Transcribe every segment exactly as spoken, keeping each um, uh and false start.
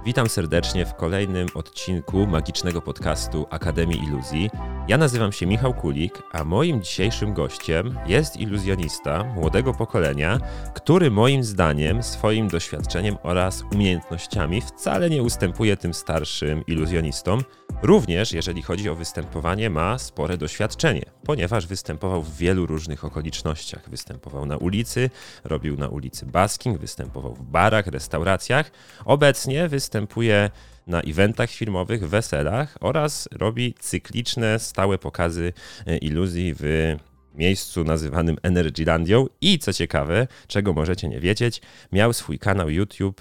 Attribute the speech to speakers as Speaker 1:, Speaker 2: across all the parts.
Speaker 1: Witam serdecznie w kolejnym odcinku magicznego podcastu Akademii Iluzji. Ja nazywam się Michał Kulik, a moim dzisiejszym gościem jest iluzjonista młodego pokolenia, który moim zdaniem swoim doświadczeniem oraz umiejętnościami wcale nie ustępuje tym starszym iluzjonistom. Również jeżeli chodzi o występowanie, ma spore doświadczenie, ponieważ występował w wielu różnych okolicznościach. Występował na ulicy, robił na ulicy basking, występował w barach, restauracjach. Obecnie występuje na eventach filmowych, weselach oraz robi cykliczne, stałe pokazy iluzji w miejscu nazywanym Energylandią i co ciekawe, czego możecie nie wiedzieć, miał swój kanał YouTube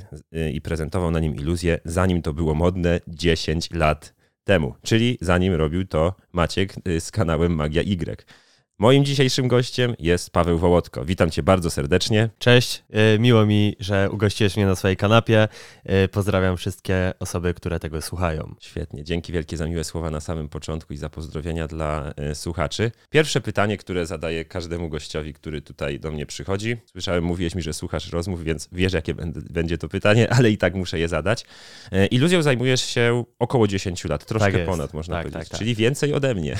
Speaker 1: i prezentował na nim iluzję, zanim to było modne dziesięć lat temu, czyli zanim robił to Maciek z kanałem Magia Y. Moim dzisiejszym gościem jest Paweł Wołodko. Witam cię bardzo serdecznie.
Speaker 2: Cześć, miło mi, że ugościłeś mnie na swojej kanapie. Pozdrawiam wszystkie osoby, które tego słuchają.
Speaker 1: Świetnie, dzięki wielkie za miłe słowa na samym początku i za pozdrowienia dla słuchaczy. Pierwsze pytanie, które zadaję każdemu gościowi, który tutaj do mnie przychodzi. Słyszałem, mówiłeś mi, że słuchasz rozmów, więc wiesz, jakie będzie to pytanie, ale i tak muszę je zadać. Iluzją zajmujesz się około dziesięć lat, troszkę
Speaker 2: tak
Speaker 1: ponad można
Speaker 2: tak,
Speaker 1: powiedzieć,
Speaker 2: tak, tak.
Speaker 1: czyli więcej ode mnie.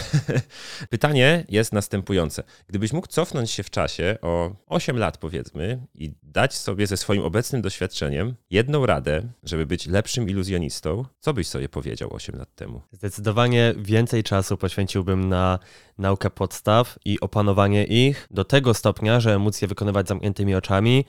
Speaker 1: Pytanie jest następujące. Gdybyś mógł cofnąć się w czasie o osiem lat powiedzmy i dać sobie ze swoim obecnym doświadczeniem jedną radę, żeby być lepszym iluzjonistą, co byś sobie powiedział osiem lat temu?
Speaker 2: Zdecydowanie więcej czasu poświęciłbym na naukę podstaw i opanowanie ich do tego stopnia, że móc je wykonywać zamkniętymi oczami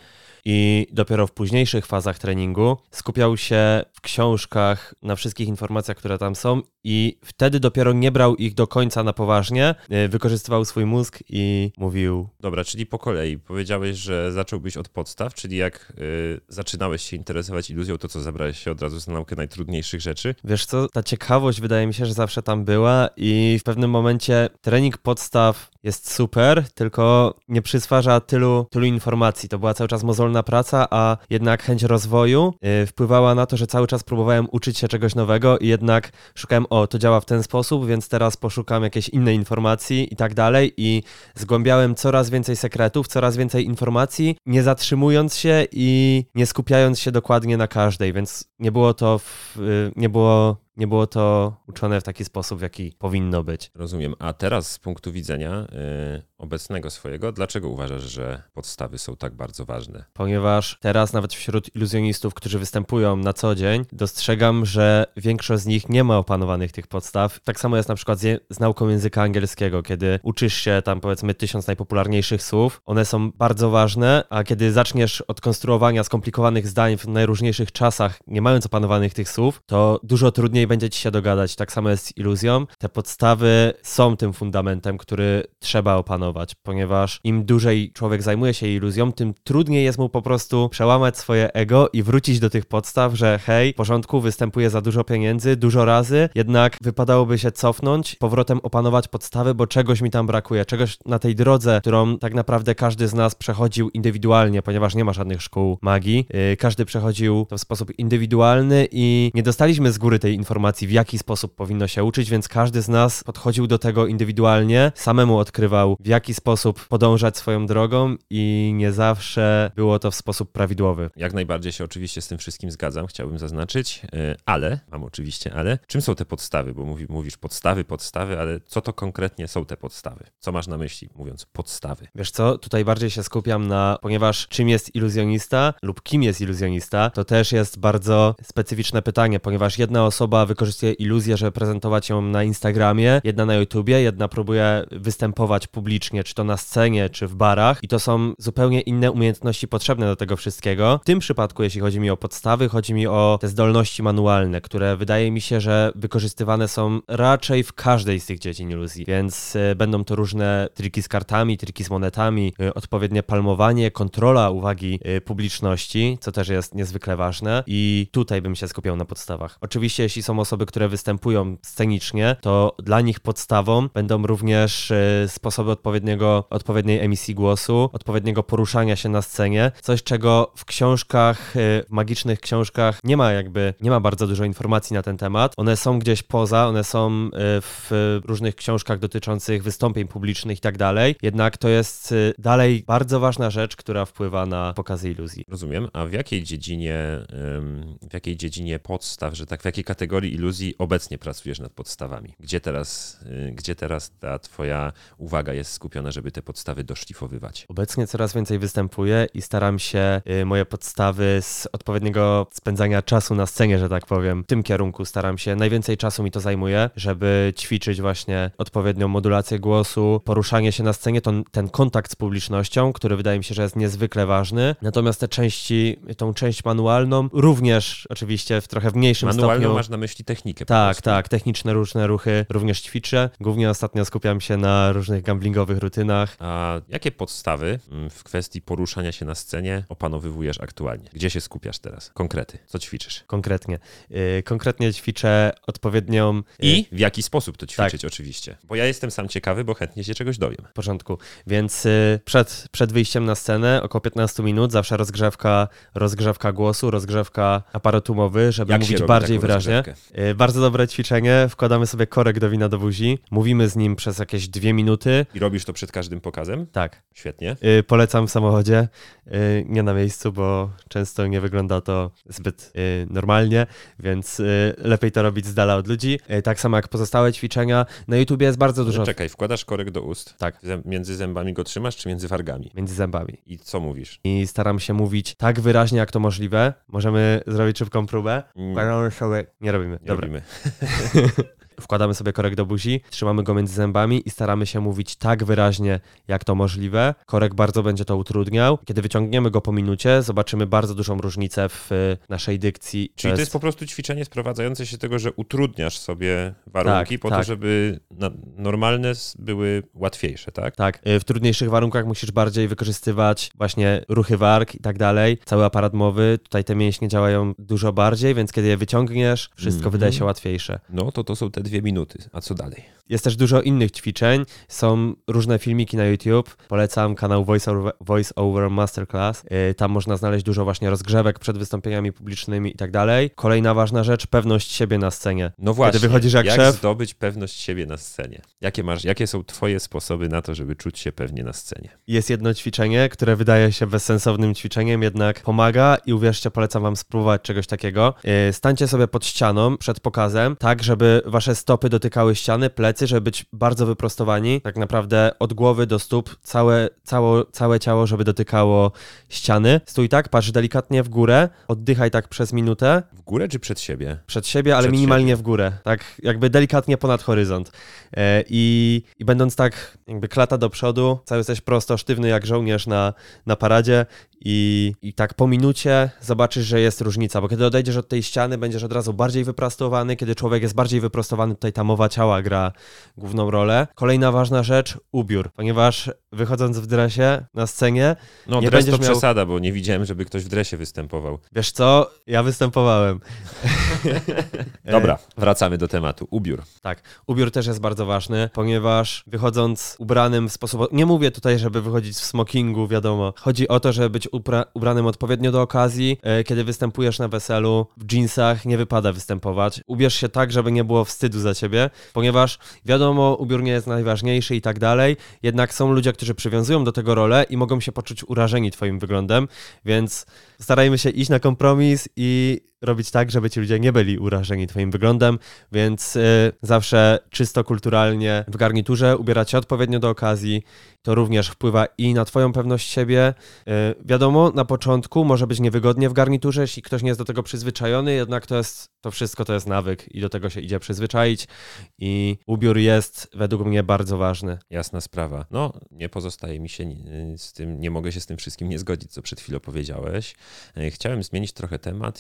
Speaker 2: i dopiero w późniejszych fazach treningu skupiał się w książkach na wszystkich informacjach, które tam są i wtedy dopiero nie brał ich do końca na poważnie, wykorzystywał swój mózg i mówił...
Speaker 1: Dobra, czyli po kolei. Powiedziałeś, że zacząłbyś od podstaw, czyli jak y, zaczynałeś się interesować iluzją, to co, zabrałeś się od razu za naukę najtrudniejszych rzeczy?
Speaker 2: Wiesz co, ta ciekawość wydaje mi się, że zawsze tam była i w pewnym momencie trening podstaw jest super, tylko nie przysparza tylu, tylu informacji. To była cały czas mozolna praca, a jednak chęć rozwoju yy, wpływała na to, że cały czas próbowałem uczyć się czegoś nowego i jednak szukałem, o, to działa w ten sposób, więc teraz poszukam jakiejś innej informacji i tak dalej i zgłębiałem coraz więcej sekretów, coraz więcej informacji, nie zatrzymując się i nie skupiając się dokładnie na każdej, więc nie było to, w, yy, nie było... Nie było to uczone w taki sposób, w jaki powinno być.
Speaker 1: Rozumiem. A teraz z punktu widzenia yy, obecnego swojego, dlaczego uważasz, że podstawy są tak bardzo ważne?
Speaker 2: Ponieważ teraz nawet wśród iluzjonistów, którzy występują na co dzień, dostrzegam, że większość z nich nie ma opanowanych tych podstaw. Tak samo jest na przykład z, z nauką języka angielskiego, kiedy uczysz się tam powiedzmy tysiąc najpopularniejszych słów. One są bardzo ważne, a kiedy zaczniesz od konstruowania skomplikowanych zdań w najróżniejszych czasach, nie mając opanowanych tych słów, to dużo trudniej będzie ci się dogadać. Tak samo jest z iluzją. Te podstawy są tym fundamentem, który trzeba opanować, ponieważ im dłużej człowiek zajmuje się iluzją, tym trudniej jest mu po prostu przełamać swoje ego i wrócić do tych podstaw, że hej, w porządku, występuje za dużo pieniędzy, dużo razy, jednak wypadałoby się cofnąć, powrotem opanować podstawy, bo czegoś mi tam brakuje, czegoś na tej drodze, którą tak naprawdę każdy z nas przechodził indywidualnie, ponieważ nie ma żadnych szkół magii. Yy, każdy przechodził to w sposób indywidualny i nie dostaliśmy z góry tej informacji, w jaki sposób powinno się uczyć, więc każdy z nas podchodził do tego indywidualnie, samemu odkrywał, w jaki sposób podążać swoją drogą i nie zawsze było to w sposób prawidłowy.
Speaker 1: Jak najbardziej się oczywiście z tym wszystkim zgadzam, chciałbym zaznaczyć, ale, mam oczywiście ale, czym są te podstawy? Bo mówi, mówisz podstawy, podstawy, ale co to konkretnie są te podstawy? Co masz na myśli, mówiąc podstawy?
Speaker 2: Wiesz co, tutaj bardziej się skupiam na, ponieważ czym jest iluzjonista lub kim jest iluzjonista, to też jest bardzo specyficzne pytanie, ponieważ jedna osoba wykorzystuje iluzję, żeby prezentować ją na Instagramie, jedna na YouTubie, jedna próbuje występować publicznie, czy to na scenie, czy w barach i to są zupełnie inne umiejętności potrzebne do tego wszystkiego. W tym przypadku, jeśli chodzi mi o podstawy, chodzi mi o te zdolności manualne, które wydaje mi się, że wykorzystywane są raczej w każdej z tych dziedzin iluzji, więc y, będą to różne triki z kartami, triki z monetami, y, odpowiednie palmowanie, kontrola uwagi y, publiczności, co też jest niezwykle ważne i tutaj bym się skupiał na podstawach. Oczywiście, jeśli są są osoby, które występują scenicznie, to dla nich podstawą będą również y, sposoby odpowiedniego, odpowiedniej emisji głosu, odpowiedniego poruszania się na scenie, coś czego w książkach, y, w magicznych książkach nie ma jakby, nie ma bardzo dużo informacji na ten temat. One są gdzieś poza, one są y, w różnych książkach dotyczących wystąpień publicznych i tak dalej, jednak to jest y, dalej bardzo ważna rzecz, która wpływa na pokazy iluzji.
Speaker 1: Rozumiem, a w jakiej dziedzinie, w jakiej dziedzinie podstaw, że tak, w jakiej kategorii iluzji obecnie pracujesz nad podstawami? Gdzie teraz, gdzie teraz ta twoja uwaga jest skupiona, żeby te podstawy doszlifowywać?
Speaker 2: Obecnie coraz więcej występuję i staram się y, moje podstawy z odpowiedniego spędzania czasu na scenie, że tak powiem, w tym kierunku staram się. Najwięcej czasu mi to zajmuje, żeby ćwiczyć właśnie odpowiednią modulację głosu, poruszanie się na scenie, to, ten kontakt z publicznością, który wydaje mi się, że jest niezwykle ważny. Natomiast te części, tą część manualną również oczywiście w trochę w mniejszym
Speaker 1: Manualną
Speaker 2: stopniu.
Speaker 1: masz na myśli technikę.
Speaker 2: Tak, tak, techniczne różne ruchy również ćwiczę. Głównie ostatnio skupiam się na różnych gamblingowych rutynach.
Speaker 1: A jakie podstawy w kwestii poruszania się na scenie opanowywujesz aktualnie? Gdzie się skupiasz teraz? Konkrety. Co ćwiczysz?
Speaker 2: Konkretnie. Yy, konkretnie ćwiczę odpowiednią... Yy,
Speaker 1: I w jaki sposób to ćwiczyć, tak. Oczywiście. Bo ja jestem sam ciekawy, bo chętnie się czegoś dowiem.
Speaker 2: W porządku. Więc yy, przed, przed wyjściem na scenę około piętnaście minut zawsze rozgrzewka, rozgrzewka głosu, rozgrzewka aparatu mowy, żeby
Speaker 1: Jak
Speaker 2: mówić bardziej wyraźnie. Yy, bardzo dobre ćwiczenie. Wkładamy sobie korek do wina do buzi. Mówimy z nim przez jakieś dwie minuty.
Speaker 1: I robisz to przed każdym pokazem?
Speaker 2: Tak.
Speaker 1: Świetnie.
Speaker 2: Yy, polecam w samochodzie. Yy, nie na miejscu, bo często nie wygląda to zbyt yy, normalnie, więc yy, lepiej to robić z dala od ludzi. Yy, tak samo jak pozostałe ćwiczenia. Na YouTubie jest bardzo dużo...
Speaker 1: Czekaj, wkładasz korek do ust.
Speaker 2: Tak.
Speaker 1: Zę- między zębami go trzymasz, czy między wargami?
Speaker 2: Między zębami.
Speaker 1: I co mówisz?
Speaker 2: I staram się mówić tak wyraźnie, jak to możliwe. Możemy zrobić szybką próbę. Wkładamy sobie... Nie robimy.
Speaker 1: Nie
Speaker 2: Dobra.
Speaker 1: robimy.
Speaker 2: Wkładamy sobie korek do buzi, trzymamy go między zębami i staramy się mówić tak wyraźnie, jak to możliwe. Korek bardzo będzie to utrudniał. Kiedy wyciągniemy go po minucie, zobaczymy bardzo dużą różnicę w naszej dykcji.
Speaker 1: Czyli to jest po prostu ćwiczenie sprowadzające się do tego, że utrudniasz sobie warunki
Speaker 2: tak,
Speaker 1: po
Speaker 2: tak.
Speaker 1: to, żeby na- normalne były łatwiejsze, tak?
Speaker 2: Tak. W trudniejszych warunkach musisz bardziej wykorzystywać właśnie ruchy warg i tak dalej. Cały aparat mowy, tutaj te mięśnie działają dużo bardziej, więc kiedy je wyciągniesz, wszystko
Speaker 1: Mm-hmm.
Speaker 2: wydaje się łatwiejsze.
Speaker 1: No to to są te dwie minuty. A co dalej?
Speaker 2: Jest też dużo innych ćwiczeń. Są różne filmiki na YouTube. Polecam kanał Voice Over, Voice Over Masterclass. Yy, tam można znaleźć dużo właśnie rozgrzewek przed wystąpieniami publicznymi i tak dalej. Kolejna ważna rzecz, pewność siebie na scenie.
Speaker 1: No właśnie,
Speaker 2: Kiedy wychodzisz jak,
Speaker 1: jak
Speaker 2: szef,
Speaker 1: zdobyć pewność siebie na scenie? Jakie masz, jakie są twoje sposoby na to, żeby czuć się pewnie na scenie?
Speaker 2: jest jedno ćwiczenie, które wydaje się bezsensownym ćwiczeniem, jednak pomaga i uwierzcie, polecam wam spróbować czegoś takiego. Yy, stańcie sobie pod ścianą, przed pokazem, tak żeby wasze stopy dotykały ściany, plecy, żeby być bardzo wyprostowani, tak naprawdę od głowy do stóp, całe, całe, całe ciało, żeby dotykało ściany. Stój tak, patrz delikatnie w górę, oddychaj tak przez minutę.
Speaker 1: W górę czy przed siebie?
Speaker 2: Przed siebie, ale
Speaker 1: Przed
Speaker 2: minimalnie
Speaker 1: siebie.
Speaker 2: w górę, tak jakby delikatnie ponad horyzont. E, i, I będąc tak jakby klata do przodu, cały jesteś prosto, sztywny jak żołnierz na, na paradzie i, i tak po minucie zobaczysz, że jest różnica, bo kiedy odejdziesz od tej ściany, będziesz od razu bardziej wyprostowany. Kiedy człowiek jest bardziej wyprostowany, tutaj ta mowa ciała gra główną rolę. Kolejna ważna rzecz, ubiór, ponieważ wychodząc w dresie na scenie,
Speaker 1: No
Speaker 2: nie
Speaker 1: dres
Speaker 2: będziesz
Speaker 1: to
Speaker 2: miał...
Speaker 1: przesada, bo nie widziałem, żeby ktoś w dresie występował.
Speaker 2: Wiesz co? Ja występowałem.
Speaker 1: Dobra, wracamy do tematu. Ubiór.
Speaker 2: Tak, ubiór też jest bardzo ważny, ponieważ wychodząc ubranym w sposób... Nie mówię tutaj, żeby wychodzić w smokingu, wiadomo. Chodzi o to, żeby być upra- ubranym odpowiednio do okazji. E, kiedy występujesz na weselu, w dżinsach nie wypada występować. Ubierz się tak, żeby nie było wstydu za ciebie, ponieważ wiadomo, ubiór nie jest najważniejszy i tak dalej, jednak są ludzie, którzy przywiązują do tego rolę i mogą się poczuć urażeni twoim wyglądem, więc starajmy się iść na kompromis i robić tak, żeby ci ludzie nie byli urażeni twoim wyglądem, więc y, zawsze czysto kulturalnie w garniturze, ubierać się odpowiednio do okazji. To również wpływa i na twoją pewność siebie. Y, wiadomo, na początku może być niewygodnie w garniturze, jeśli ktoś nie jest do tego przyzwyczajony, jednak to jest, to wszystko to jest nawyk i do tego się idzie przyzwyczaić i ubiór jest według mnie bardzo ważny.
Speaker 1: Jasna sprawa. No, nie pozostaje mi się z tym, nie mogę się z tym wszystkim nie zgodzić, co przed chwilą powiedziałeś. Chciałem zmienić trochę temat i porozmawiać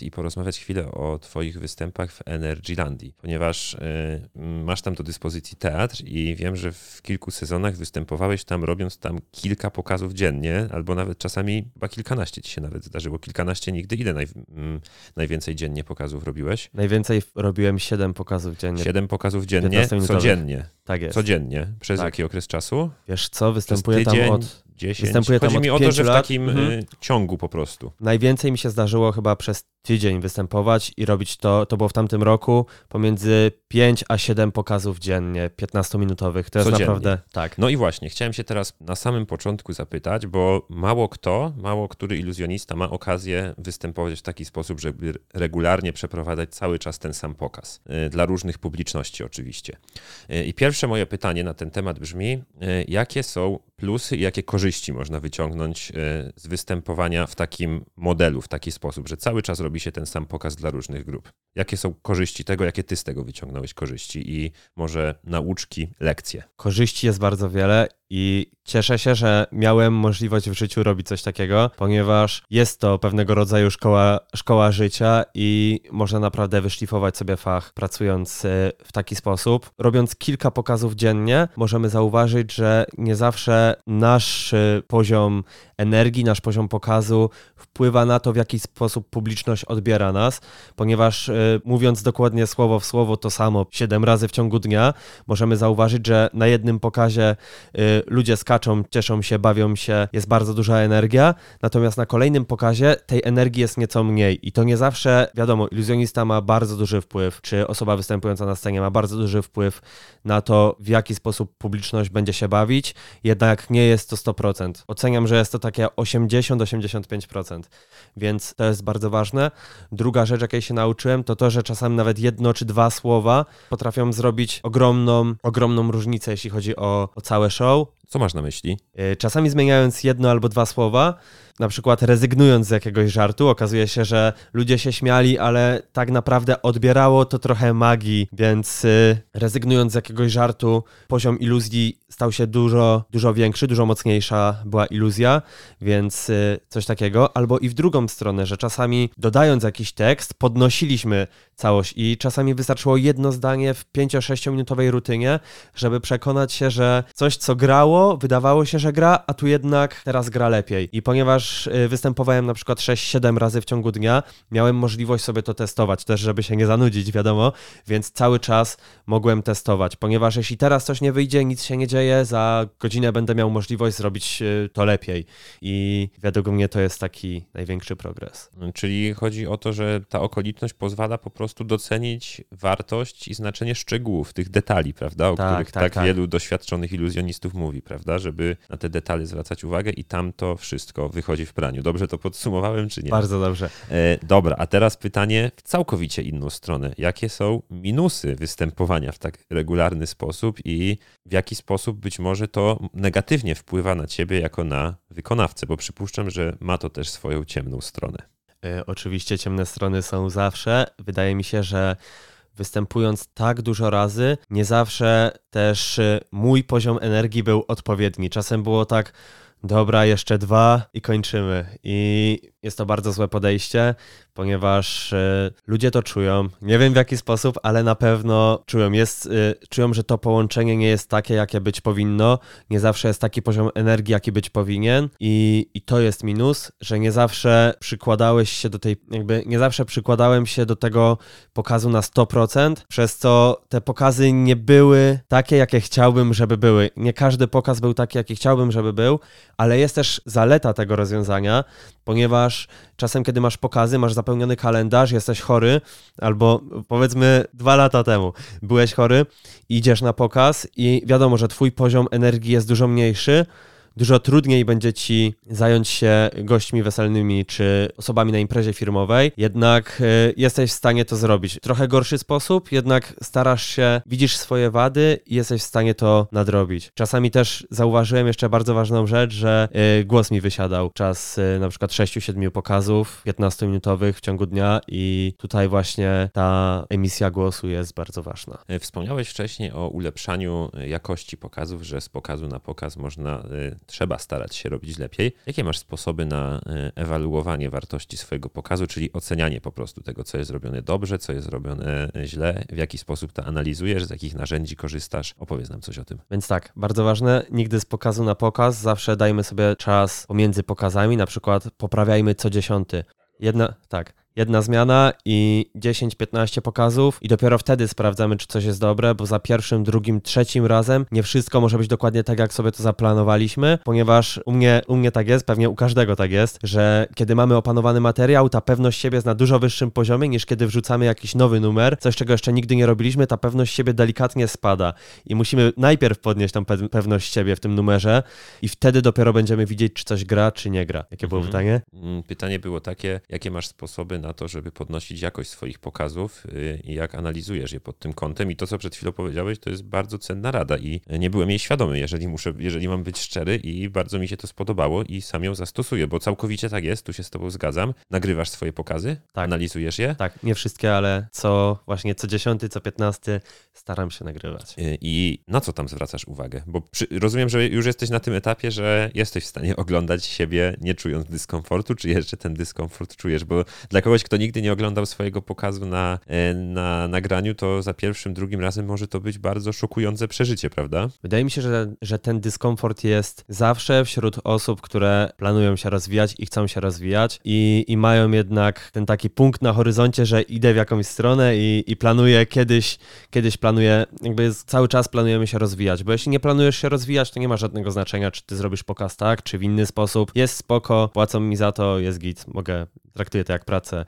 Speaker 1: porozmawiać chwilę o twoich występach w Energylandii, ponieważ y, masz tam do dyspozycji teatr i wiem, że w kilku sezonach występowałeś tam, robiąc tam kilka pokazów dziennie, albo nawet czasami chyba kilkanaście ci się nawet zdarzyło. Kilkanaście nigdy. Ile naj, mm, najwięcej dziennie pokazów robiłeś?
Speaker 2: Najwięcej robiłem siedem pokazów dziennie.
Speaker 1: Siedem pokazów dziennie, codziennie.
Speaker 2: Tak jest.
Speaker 1: Codziennie. Przez
Speaker 2: tak.
Speaker 1: jaki okres czasu?
Speaker 2: Wiesz co, występuję
Speaker 1: tydzień,
Speaker 2: tam od...
Speaker 1: dziesięć.
Speaker 2: Występuję
Speaker 1: Chodzi
Speaker 2: tam
Speaker 1: mi
Speaker 2: od
Speaker 1: o to, że w
Speaker 2: lat.
Speaker 1: takim
Speaker 2: Mhm.
Speaker 1: y, ciągu po prostu.
Speaker 2: Najwięcej mi się zdarzyło chyba przez tydzień występować i robić to, to było w tamtym roku, pomiędzy pięć a siedem pokazów dziennie, piętnastominutowych. To jest
Speaker 1: Codziennie.
Speaker 2: naprawdę... Tak.
Speaker 1: No i właśnie, chciałem się teraz na samym początku zapytać, bo mało kto, mało który iluzjonista ma okazję występować w taki sposób, żeby regularnie przeprowadzać cały czas ten sam pokaz. Y, Dla różnych publiczności oczywiście. Y, I pierwsze moje pytanie na ten temat brzmi, y, jakie są plusy i jakie korzyści można wyciągnąć y, z występowania w takim modelu, w taki sposób, że cały czas robi się ten sam pokaz dla różnych grup. Jakie są korzyści tego, jakie ty z tego wyciągnąłeś korzyści i może nauczki, lekcje?
Speaker 2: Korzyści jest bardzo wiele i cieszę się, że miałem możliwość w życiu robić coś takiego, ponieważ jest to pewnego rodzaju szkoła, szkoła życia i można naprawdę wyszlifować sobie fach pracując w taki sposób. Robiąc kilka pokazów dziennie, możemy zauważyć, że nie zawsze nasz poziom energii, nasz poziom pokazu wpływa na to, w jaki sposób publiczność odbiera nas, ponieważ mówiąc dokładnie słowo w słowo to samo siedem razy w ciągu dnia, możemy zauważyć, że na jednym pokazie ludzie skaczą, cieszą się, bawią się, jest bardzo duża energia, natomiast na kolejnym pokazie tej energii jest nieco mniej i to nie zawsze, wiadomo, iluzjonista ma bardzo duży wpływ, czy osoba występująca na scenie ma bardzo duży wpływ na to, w jaki sposób publiczność będzie się bawić, jednak nie jest to sto procent. Oceniam, że jest to takie osiemdziesiąt do osiemdziesięciu pięciu procent, więc to jest bardzo ważne. Druga rzecz, jakiej się nauczyłem, to to, że czasami nawet jedno czy dwa słowa potrafią zrobić ogromną, ogromną różnicę, jeśli chodzi o, o całe show.
Speaker 1: Co masz na myśli?
Speaker 2: Czasami zmieniając jedno albo dwa słowa, na przykład rezygnując z jakiegoś żartu, okazuje się, że ludzie się śmiali, ale tak naprawdę odbierało to trochę magii, więc rezygnując z jakiegoś żartu, poziom iluzji stał się dużo, dużo większy, dużo mocniejsza była iluzja, więc coś takiego. Albo i w drugą stronę, że czasami dodając jakiś tekst, podnosiliśmy całość i czasami wystarczyło jedno zdanie w pięcio-sześciominutowej rutynie, żeby przekonać się, że coś, co grało, wydawało się, że gra, a tu jednak teraz gra lepiej. I ponieważ występowałem na przykład sześć siedem razy w ciągu dnia, miałem możliwość sobie to testować, też żeby się nie zanudzić, wiadomo, więc cały czas mogłem testować, ponieważ jeśli teraz coś nie wyjdzie, nic się nie dzieje, za godzinę będę miał możliwość zrobić to lepiej i według mnie to jest taki największy progres.
Speaker 1: Czyli chodzi o to, że ta okoliczność pozwala po prostu docenić wartość i znaczenie szczegółów, tych detali, prawda, o
Speaker 2: tak,
Speaker 1: których
Speaker 2: tak,
Speaker 1: tak,
Speaker 2: tak
Speaker 1: wielu doświadczonych iluzjonistów mówi, prawda, żeby na te detale zwracać uwagę i tam to wszystko wychodzi w praniu. Dobrze to podsumowałem, czy nie?
Speaker 2: Bardzo dobrze.
Speaker 1: E, dobra, a teraz pytanie w całkowicie inną stronę. Jakie są minusy występowania w tak regularny sposób i w jaki sposób być może to negatywnie wpływa na ciebie jako na wykonawcę, bo przypuszczam, że ma to też swoją ciemną stronę.
Speaker 2: E, oczywiście ciemne strony są zawsze. Wydaje mi się, że występując tak dużo razy, nie zawsze też mój poziom energii był odpowiedni. Czasem było tak, dobra, jeszcze dwa i kończymy. I jest to bardzo złe podejście, ponieważ y, ludzie to czują. Nie wiem w jaki sposób, ale na pewno czują. Jest, y, czują, że to połączenie nie jest takie, jakie być powinno. Nie zawsze jest taki poziom energii, jaki być powinien. I, i to jest minus, że nie zawsze przykładałeś się do tej, jakby nie zawsze przykładałem się do tego pokazu na sto procent, przez co te pokazy nie były takie, jakie chciałbym, żeby były. Nie każdy pokaz był taki, jaki chciałbym, żeby był, ale jest też zaleta tego rozwiązania, ponieważ czasem, kiedy masz pokazy, masz zapełniony kalendarz, jesteś chory, albo powiedzmy dwa lata temu byłeś chory, idziesz na pokaz i wiadomo, że twój poziom energii jest dużo mniejszy, dużo trudniej będzie ci zająć się gośćmi weselnymi czy osobami na imprezie firmowej, jednak y, jesteś w stanie to zrobić. W trochę gorszy sposób, jednak starasz się, widzisz swoje wady i jesteś w stanie to nadrobić. Czasami też zauważyłem jeszcze bardzo ważną rzecz, że y, głos mi wysiadał. Czas y, na przykład sześciu siedmiu pokazów piętnastominutowych w ciągu dnia i tutaj właśnie ta emisja głosu jest bardzo ważna.
Speaker 1: Wspomniałeś wcześniej o ulepszaniu jakości pokazów, że z pokazu na pokaz można trzeba starać się robić lepiej. Jakie masz sposoby na ewaluowanie wartości swojego pokazu, czyli ocenianie po prostu tego, co jest robione dobrze, co jest robione źle, w jaki sposób to analizujesz, z jakich narzędzi korzystasz? Opowiedz nam coś o tym.
Speaker 2: Więc tak, bardzo ważne, nigdy z pokazu na pokaz, zawsze dajmy sobie czas pomiędzy pokazami, na przykład poprawiajmy co dziesiąty. Jedna, tak. Jedna zmiana i dziesięć piętnaście pokazów i dopiero wtedy sprawdzamy, czy coś jest dobre, bo za pierwszym, drugim, trzecim razem nie wszystko może być dokładnie tak, jak sobie to zaplanowaliśmy, ponieważ u mnie, u mnie tak jest, pewnie u każdego tak jest, że kiedy mamy opanowany materiał, ta pewność siebie jest na dużo wyższym poziomie, niż kiedy wrzucamy jakiś nowy numer, coś, czego jeszcze nigdy nie robiliśmy, ta pewność siebie delikatnie spada i musimy najpierw podnieść tą pe- pewność siebie w tym numerze i wtedy dopiero będziemy widzieć, czy coś gra, czy nie gra. Jakie było
Speaker 1: mhm.
Speaker 2: pytanie?
Speaker 1: Pytanie było takie, jakie masz sposoby na to, żeby podnosić jakość swoich pokazów i jak analizujesz je pod tym kątem. I to, co przed chwilą powiedziałeś, to jest bardzo cenna rada i nie byłem jej świadomy, jeżeli muszę, jeżeli mam być szczery i bardzo mi się to spodobało i sam ją zastosuję, bo całkowicie tak jest, tu się z tobą zgadzam. Nagrywasz swoje pokazy?
Speaker 2: Tak.
Speaker 1: Analizujesz je?
Speaker 2: Tak, nie wszystkie, ale co właśnie co dziesiąty, co piętnasty staram się nagrywać.
Speaker 1: I na co tam zwracasz uwagę? Bo przy, rozumiem, że już jesteś na tym etapie, że jesteś w stanie oglądać siebie nie czując dyskomfortu, czy jeszcze ten dyskomfort czujesz, bo dla kogoś, kto nigdy nie oglądał swojego pokazu na, na nagraniu, to za pierwszym, drugim razem może to być bardzo szokujące przeżycie, prawda?
Speaker 2: Wydaje mi się, że, że ten dyskomfort jest zawsze wśród osób, które planują się rozwijać i chcą się rozwijać i, i mają jednak ten taki punkt na horyzoncie, że idę w jakąś stronę i, i planuję kiedyś, kiedyś planuję, jakby cały czas planujemy się rozwijać, bo jeśli nie planujesz się rozwijać, to nie ma żadnego znaczenia, czy ty zrobisz pokaz tak, czy w inny sposób. Jest spoko, płacą mi za to, jest git, mogę, traktuję to jak pracę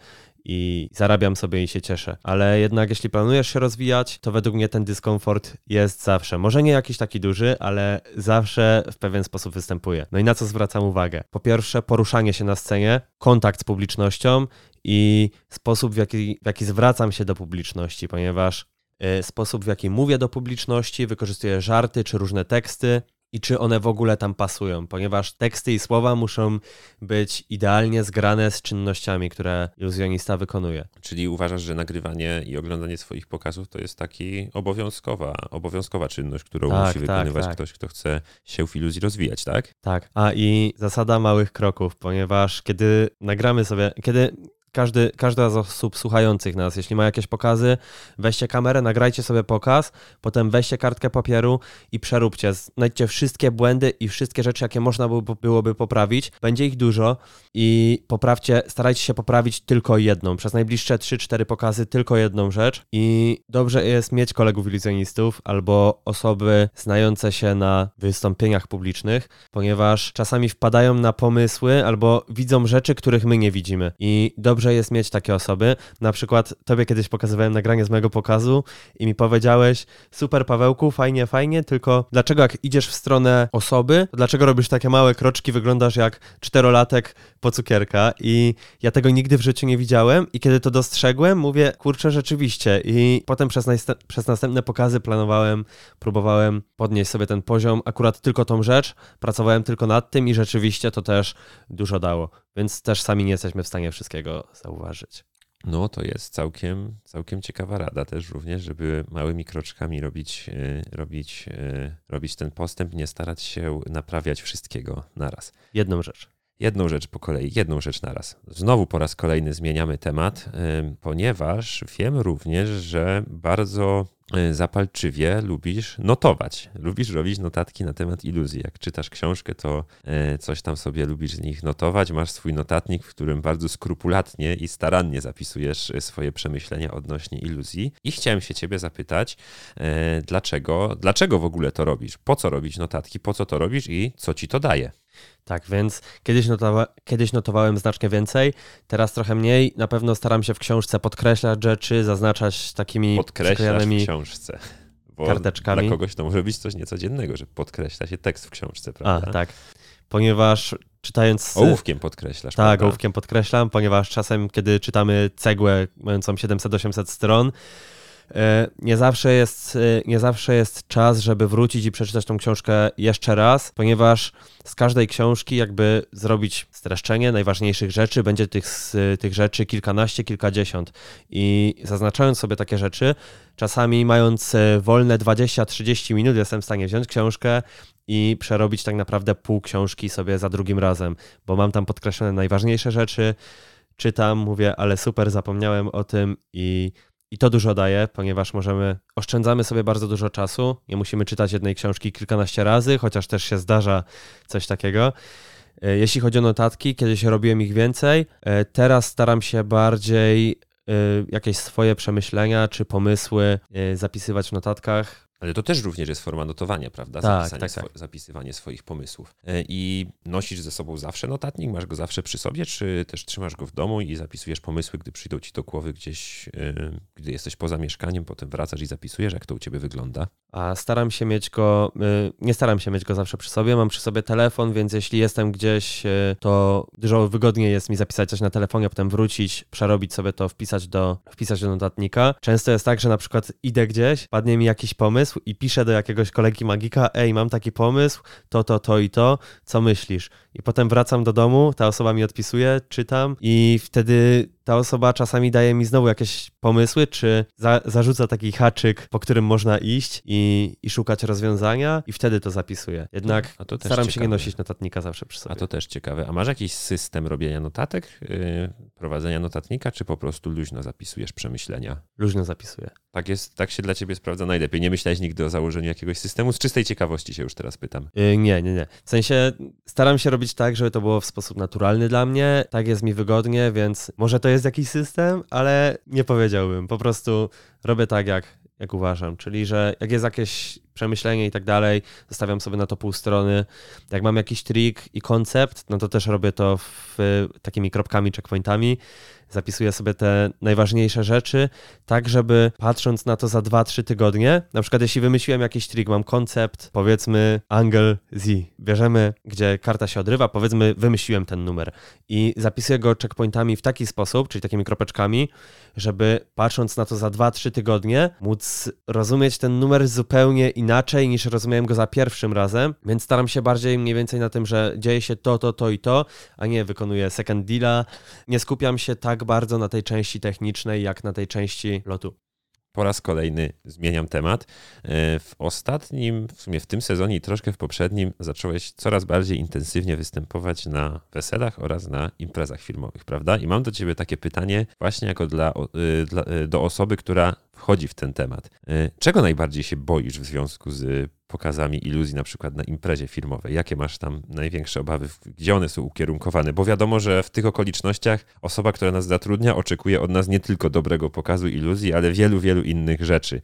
Speaker 2: i zarabiam sobie i się cieszę. Ale jednak jeśli planujesz się rozwijać, to według mnie ten dyskomfort jest zawsze. Może nie jakiś taki duży, ale zawsze w pewien sposób występuje. No i na co zwracam uwagę? Po pierwsze, poruszanie się na scenie, kontakt z publicznością i sposób, w jaki, w jaki zwracam się do publiczności, ponieważ y, sposób, w jaki mówię do publiczności, wykorzystuję żarty czy różne teksty, i czy one w ogóle tam pasują, ponieważ teksty i słowa muszą być idealnie zgrane z czynnościami, które iluzjonista wykonuje.
Speaker 1: Czyli uważasz, że nagrywanie i oglądanie swoich pokazów to jest taki obowiązkowa, obowiązkowa czynność, którą
Speaker 2: tak,
Speaker 1: musi wykonywać
Speaker 2: tak, tak.
Speaker 1: ktoś, kto chce się w iluzji rozwijać, tak?
Speaker 2: Tak, a i zasada małych kroków, ponieważ kiedy nagramy sobie, kiedy... Każdy, każda z osób słuchających nas, jeśli ma jakieś pokazy, weźcie kamerę, nagrajcie sobie pokaz, potem weźcie kartkę papieru i przeróbcie. Znajdźcie wszystkie błędy i wszystkie rzeczy, jakie można byłoby poprawić. Będzie ich dużo i poprawcie, starajcie się poprawić tylko jedną. Przez najbliższe trzy cztery pokazy tylko jedną rzecz i dobrze jest mieć kolegów iluzjonistów albo osoby znające się na wystąpieniach publicznych, ponieważ czasami wpadają na pomysły albo widzą rzeczy, których my nie widzimy i dobrze Dobrze jest mieć takie osoby. Na przykład tobie kiedyś pokazywałem nagranie z mojego pokazu i mi powiedziałeś, super Pawełku, fajnie, fajnie, tylko dlaczego jak idziesz w stronę osoby, to dlaczego robisz takie małe kroczki, wyglądasz jak czterolatek po cukierka i ja tego nigdy w życiu nie widziałem i kiedy to dostrzegłem, mówię, kurczę, rzeczywiście i potem przez, najst- przez następne pokazy planowałem, próbowałem podnieść sobie ten poziom, akurat tylko tą rzecz, pracowałem tylko nad tym i rzeczywiście to też dużo dało, więc też sami nie jesteśmy w stanie wszystkiego zauważyć.
Speaker 1: No to jest całkiem, całkiem ciekawa rada też również, żeby małymi kroczkami robić, robić, robić ten postęp, nie starać się naprawiać wszystkiego naraz.
Speaker 2: Jedną rzecz.
Speaker 1: Jedną rzecz po kolei, jedną rzecz naraz. Znowu po raz kolejny zmieniamy temat, ponieważ wiem również, że bardzo zapalczywie lubisz notować. Lubisz robić notatki na temat iluzji. Jak czytasz książkę, to coś tam sobie lubisz z nich notować. Masz swój notatnik, w którym bardzo skrupulatnie i starannie zapisujesz swoje przemyślenia odnośnie iluzji. I chciałem się ciebie zapytać, dlaczego, dlaczego w ogóle to robisz? Po co robić notatki? Po co to robisz i co ci to daje?
Speaker 2: Tak, więc kiedyś, notowa- kiedyś notowałem znacznie więcej, teraz trochę mniej. Na pewno staram się w książce podkreślać rzeczy, zaznaczać takimi
Speaker 1: Podkreślasz w książce, bo
Speaker 2: karteczkami.
Speaker 1: Dla kogoś to może być coś niecodziennego, że podkreśla się tekst w książce, prawda?
Speaker 2: A, tak. Ponieważ czytając...
Speaker 1: Ołówkiem podkreślasz,
Speaker 2: Tak,
Speaker 1: prawda?
Speaker 2: ołówkiem podkreślam, ponieważ czasem, kiedy czytamy cegłę mającą siedemset osiemset stron, Nie zawsze jest, nie zawsze jest czas, żeby wrócić i przeczytać tą książkę jeszcze raz, ponieważ z każdej książki jakby zrobić streszczenie najważniejszych rzeczy, będzie tych, tych rzeczy kilkanaście, kilkadziesiąt i zaznaczając sobie takie rzeczy, czasami mając wolne dwadzieścia trzydzieści minut jestem w stanie wziąć książkę i przerobić tak naprawdę pół książki sobie za drugim razem, bo mam tam podkreślone najważniejsze rzeczy, czytam, mówię, ale super, zapomniałem o tym i I to dużo daje, ponieważ możemy, oszczędzamy sobie bardzo dużo czasu, nie musimy czytać jednej książki kilkanaście razy, chociaż też się zdarza coś takiego. Jeśli chodzi o notatki, kiedyś robiłem ich więcej, teraz staram się bardziej jakieś swoje przemyślenia czy pomysły zapisywać w notatkach.
Speaker 1: Ale to też również jest forma notowania, prawda?
Speaker 2: Tak,
Speaker 1: Zapisanie
Speaker 2: tak,
Speaker 1: swo-
Speaker 2: tak.
Speaker 1: Zapisywanie swoich pomysłów. I nosisz ze sobą zawsze notatnik? Masz go zawsze przy sobie, czy też trzymasz go w domu i zapisujesz pomysły, gdy przyjdą ci do głowy gdzieś, yy, gdy jesteś poza mieszkaniem, potem wracasz i zapisujesz, jak to u ciebie wygląda?
Speaker 2: A staram się mieć go, yy, nie staram się mieć go zawsze przy sobie, mam przy sobie telefon, więc jeśli jestem gdzieś, yy, to dużo wygodniej jest mi zapisać coś na telefonie, a potem wrócić, przerobić sobie to, wpisać do, wpisać do notatnika. Często jest tak, że na przykład idę gdzieś, padnie mi jakiś pomysł i piszę do jakiegoś kolegi magika, ej, mam taki pomysł, to, to, to i to, co myślisz? I potem wracam do domu, ta osoba mi odpisuje, czytam i wtedy ta osoba czasami daje mi znowu jakieś pomysły, czy za, zarzuca taki haczyk, po którym można iść i, i szukać rozwiązania i wtedy to zapisuję. Jednak
Speaker 1: A to też
Speaker 2: staram się
Speaker 1: ciekawe.
Speaker 2: nie nosić notatnika zawsze przy sobie.
Speaker 1: A to też ciekawe. A masz jakiś system robienia notatek, yy, prowadzenia notatnika, czy po prostu luźno zapisujesz przemyślenia?
Speaker 2: Luźno zapisuję.
Speaker 1: Tak jest, tak się dla ciebie sprawdza najlepiej. Nie myślałeś nigdy o założeniu jakiegoś systemu? Z czystej ciekawości się już teraz pytam.
Speaker 2: Yy, nie, nie, nie. W sensie staram się robić tak, żeby to było w sposób naturalny dla mnie. Tak jest mi wygodnie, więc może to jest jakiś system, ale nie powiedziałbym. Po prostu robię tak, jak, jak uważam. Czyli, że jak jest jakieś przemyślenie i tak dalej, zostawiam sobie na to pół strony. Jak mam jakiś trik i koncept, no to też robię to w, takimi kropkami, checkpointami. Zapisuję sobie te najważniejsze rzeczy, tak żeby patrząc na to za dwa trzy tygodnie, na przykład jeśli wymyśliłem jakiś trik, mam koncept, powiedzmy angle Z, bierzemy, gdzie karta się odrywa, powiedzmy wymyśliłem ten numer i zapisuję go checkpointami w taki sposób, czyli takimi kropeczkami, żeby patrząc na to za dwa trzy tygodnie, móc rozumieć ten numer zupełnie inaczej niż rozumiałem go za pierwszym razem, więc staram się bardziej mniej więcej na tym, że dzieje się to, to, to i to, a nie wykonuję second deala, nie skupiam się tak bardzo na tej części technicznej, jak na tej części lotu.
Speaker 1: Po raz kolejny zmieniam temat. W ostatnim, w sumie w tym sezonie i troszkę w poprzednim zacząłeś coraz bardziej intensywnie występować na weselach oraz na imprezach filmowych, prawda? I mam do ciebie takie pytanie właśnie jako dla, dla, do osoby, która wchodzi w ten temat. Czego najbardziej się boisz w związku z pokazami iluzji na przykład na imprezie filmowej? Jakie masz tam największe obawy? Gdzie one są ukierunkowane? Bo wiadomo, że w tych okolicznościach osoba, która nas zatrudnia, oczekuje od nas nie tylko dobrego pokazu iluzji, ale wielu, wielu innych rzeczy.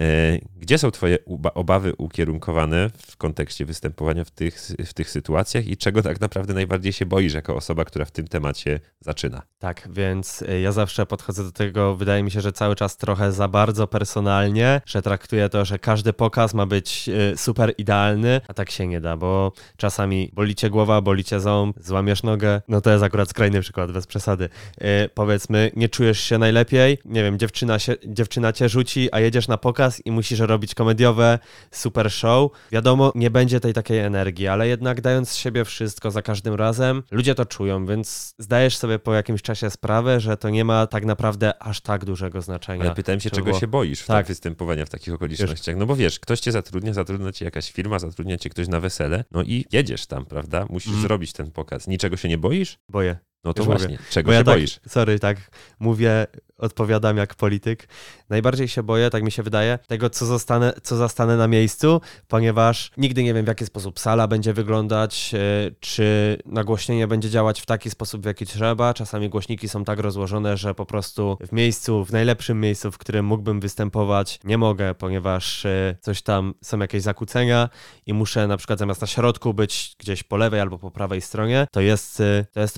Speaker 1: Gdzie są twoje obawy ukierunkowane w kontekście występowania w tych, w tych sytuacjach i czego tak naprawdę najbardziej się boisz jako osoba, która w tym temacie zaczyna?
Speaker 2: Tak, więc ja zawsze podchodzę do tego, wydaje mi się, że cały czas trochę za bardzo personalnie, że traktuję to, że każdy pokaz ma być super idealny, a tak się nie da, bo czasami boli cię głowa, boli cię ząb, złamiesz nogę, no to jest akurat skrajny przykład, bez przesady. Yy, powiedzmy, nie czujesz się najlepiej, nie wiem, dziewczyna, się, dziewczyna cię rzuci, a jedziesz na pokaz i musisz robić komediowe super show. Wiadomo, nie będzie tej takiej energii, ale jednak dając z siebie wszystko za każdym razem, ludzie to czują, więc zdajesz sobie po jakimś czasie sprawę, że to nie ma tak naprawdę aż tak dużego znaczenia.
Speaker 1: Ale pytałem się, czego
Speaker 2: było...
Speaker 1: się boisz w
Speaker 2: tak.
Speaker 1: tak występowania w takich okolicznościach? No bo wiesz, ktoś cię zatrudnia, zatrudnia cię jakaś firma, zatrudnia cię ktoś na wesele, no i jedziesz tam, prawda? Musisz mm. zrobić ten pokaz. Niczego się nie boisz?
Speaker 2: Boję.
Speaker 1: No to
Speaker 2: Już
Speaker 1: właśnie,
Speaker 2: mówię.
Speaker 1: czego
Speaker 2: Bo
Speaker 1: się
Speaker 2: ja tak,
Speaker 1: boisz?
Speaker 2: Sorry, tak mówię, odpowiadam jak polityk. Najbardziej się boję, tak mi się wydaje, tego, co, zostanę, co zastanę na miejscu, ponieważ nigdy nie wiem, w jaki sposób sala będzie wyglądać, czy nagłośnienie będzie działać w taki sposób, w jaki trzeba. Czasami głośniki są tak rozłożone, że po prostu w miejscu, w najlepszym miejscu, w którym mógłbym występować, nie mogę, ponieważ coś tam, są jakieś zakłócenia i muszę na przykład zamiast na środku być gdzieś po lewej albo po prawej stronie. To jest, to jest problem.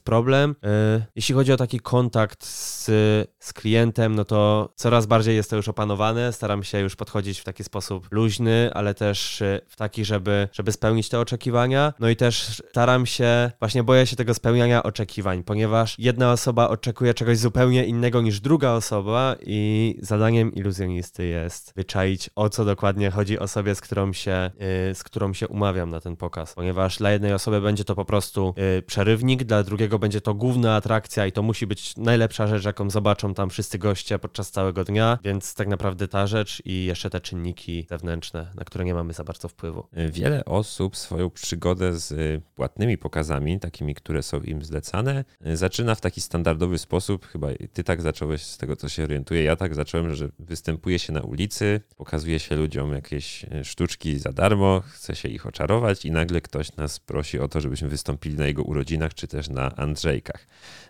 Speaker 2: Yy, jeśli chodzi o taki kontakt z, z klientem, no to coraz bardziej jest to już opanowane. Staram się już podchodzić w taki sposób luźny, ale też w taki, żeby, żeby spełnić te oczekiwania. No i też staram się, właśnie boję się tego spełniania oczekiwań, ponieważ jedna osoba oczekuje czegoś zupełnie innego niż druga osoba i zadaniem iluzjonisty jest wyczaić, o co dokładnie chodzi osobie, z którą się, yy, z którą się umawiam na ten pokaz, ponieważ dla jednej osoby będzie to po prostu yy, przerywnik, dla drugiego będzie to główna atrakcja i to musi być najlepsza rzecz, jaką zobaczą tam wszyscy goście podczas całego dnia, więc tak naprawdę ta rzecz i jeszcze te czynniki zewnętrzne, na które nie mamy za bardzo wpływu.
Speaker 1: Wiele osób swoją przygodę z płatnymi pokazami, takimi, które są im zlecane, zaczyna w taki standardowy sposób. Chyba ty tak zacząłeś, z tego co się orientuję, ja tak zacząłem, że występuje się na ulicy, pokazuje się ludziom jakieś sztuczki za darmo, chce się ich oczarować i nagle ktoś nas prosi o to, żebyśmy wystąpili na jego urodzinach, czy też na Andrzejkach.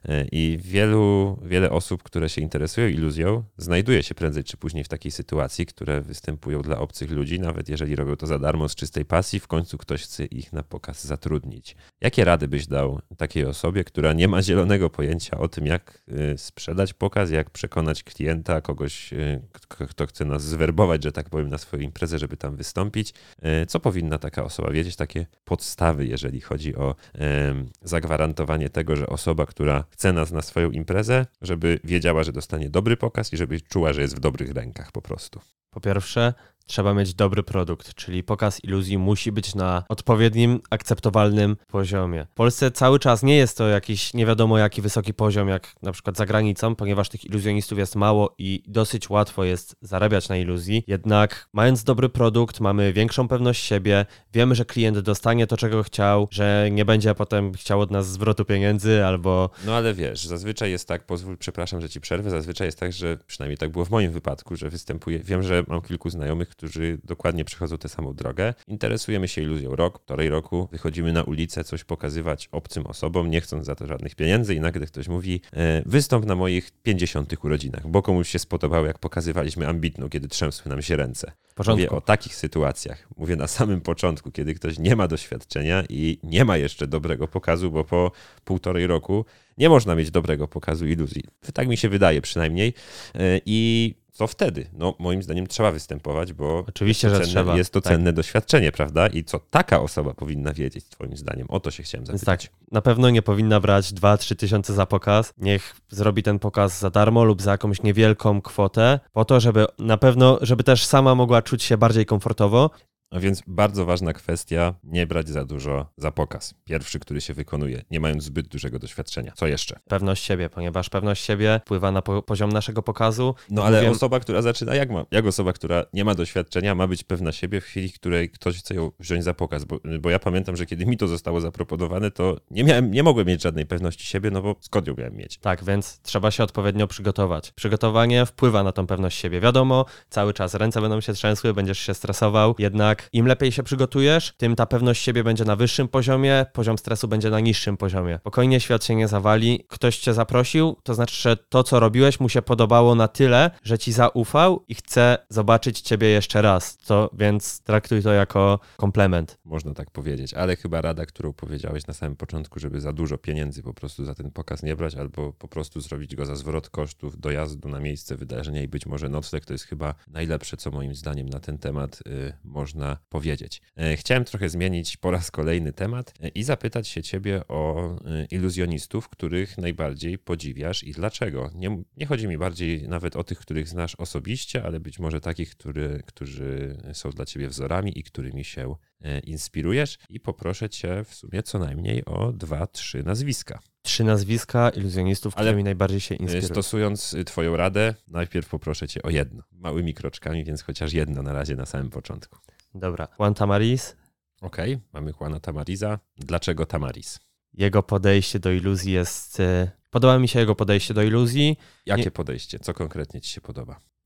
Speaker 1: I wielu, wiele osób, które się interesują iluzją, znajduje się prędzej czy później w takiej sytuacji, które występują dla obcych ludzi, nawet jeżeli robią to za darmo, z czystej pasji, w końcu ktoś chce ich na pokaz zatrudnić. Jakie rady byś dał takiej osobie, która nie ma zielonego pojęcia o tym, jak sprzedać pokaz, jak przekonać klienta, kogoś, kto chce nas zwerbować, że tak powiem, na swoją imprezę, żeby tam wystąpić? Co powinna taka osoba wiedzieć? Takie podstawy, jeżeli chodzi o zagwarantowanie tego, że osoba, która chce nas na swoją imprezę, żeby wiedziała, że dostanie dobry pokaz i żeby czuła, że jest w dobrych rękach po prostu.
Speaker 2: Po pierwsze, trzeba mieć dobry produkt, czyli pokaz iluzji musi być na odpowiednim, akceptowalnym poziomie. W Polsce cały czas nie jest to jakiś nie wiadomo jaki wysoki poziom, jak na przykład za granicą, ponieważ tych iluzjonistów jest mało i dosyć łatwo jest zarabiać na iluzji. Jednak mając dobry produkt, mamy większą pewność siebie, wiemy, że klient dostanie to, czego chciał, że nie będzie potem chciał od nas zwrotu pieniędzy albo...
Speaker 1: No ale wiesz, zazwyczaj jest tak, pozwól, przepraszam, że ci przerwę, zazwyczaj jest tak, że przynajmniej tak było w moim wypadku, że występuje, wiem, że mam kilku znajomych, którzy dokładnie przechodzą tę samą drogę. Interesujemy się iluzją rok, półtorej roku, wychodzimy na ulicę coś pokazywać obcym osobom, nie chcąc za to żadnych pieniędzy i nagle ktoś mówi e, wystąp na moich pięćdziesiątych urodzinach, bo komuś się spodobało, jak pokazywaliśmy ambitną, kiedy trzęsły nam się ręce. Mówię o takich sytuacjach. Mówię na samym początku, kiedy ktoś nie ma doświadczenia i nie ma jeszcze dobrego pokazu, bo po półtorej roku nie można mieć dobrego pokazu iluzji. Tak mi się wydaje przynajmniej. E, I co wtedy? No moim zdaniem trzeba występować, bo
Speaker 2: oczywiście,
Speaker 1: jest
Speaker 2: że
Speaker 1: cenne,
Speaker 2: trzeba.
Speaker 1: Jest to
Speaker 2: tak.
Speaker 1: cenne doświadczenie, prawda? I co taka osoba powinna wiedzieć, twoim zdaniem? O to się chciałem zapytać.
Speaker 2: Tak, na pewno nie powinna brać dwa trzy tysiące za pokaz. Niech zrobi ten pokaz za darmo lub za jakąś niewielką kwotę, po to, żeby na pewno, żeby też sama mogła czuć się bardziej komfortowo.
Speaker 1: A więc bardzo ważna kwestia, nie brać za dużo za pokaz. Pierwszy, który się wykonuje, nie mając zbyt dużego doświadczenia. Co jeszcze?
Speaker 2: Pewność siebie, ponieważ pewność siebie wpływa na po- poziom naszego pokazu.
Speaker 1: No ale
Speaker 2: Mówię...
Speaker 1: osoba, która zaczyna, jak ma? Jak osoba, która nie ma doświadczenia, ma być pewna siebie w chwili, w której ktoś chce ją wziąć za pokaz? Bo, bo ja pamiętam, że kiedy mi to zostało zaproponowane, to nie miałem, nie mogłem mieć żadnej pewności siebie, no bo skąd ją miałem mieć?
Speaker 2: Tak, więc trzeba się odpowiednio przygotować. Przygotowanie wpływa na tą pewność siebie. Wiadomo, cały czas ręce będą się trzęsły, będziesz się stresował, jednak im lepiej się przygotujesz, tym ta pewność siebie będzie na wyższym poziomie, poziom stresu będzie na niższym poziomie. Spokojnie, świat się nie zawali. Ktoś cię zaprosił, to znaczy, że to, co robiłeś, mu się podobało na tyle, że ci zaufał i chce zobaczyć ciebie jeszcze raz. To, więc traktuj to jako komplement.
Speaker 1: Można tak powiedzieć, ale chyba rada, którą powiedziałeś na samym początku, żeby za dużo pieniędzy po prostu za ten pokaz nie brać, albo po prostu zrobić go za zwrot kosztów dojazdu na miejsce wydarzenia i być może nocleg, to jest chyba najlepsze, co moim zdaniem na ten temat y, można powiedzieć. Chciałem trochę zmienić po raz kolejny temat i zapytać się ciebie o iluzjonistów, których najbardziej podziwiasz i dlaczego. Nie, nie chodzi mi bardziej nawet o tych, których znasz osobiście, ale być może takich, który, którzy są dla ciebie wzorami i którymi się inspirujesz. I poproszę cię w sumie co najmniej o dwa, trzy nazwiska.
Speaker 2: Trzy nazwiska iluzjonistów,
Speaker 1: Ale
Speaker 2: którymi najbardziej się inspirują.
Speaker 1: Stosując twoją radę, najpierw poproszę cię o jedno. Małymi kroczkami, więc chociaż jedno na razie na samym początku.
Speaker 2: Dobra. Juan Tamariz.
Speaker 1: Okej, okay, mamy Juana Tamariza. Dlaczego Tamariz?
Speaker 2: Jego podejście do iluzji jest... Podoba mi się jego podejście do iluzji.
Speaker 1: Jakie
Speaker 2: Nie...
Speaker 1: podejście? Co konkretnie ci się podoba?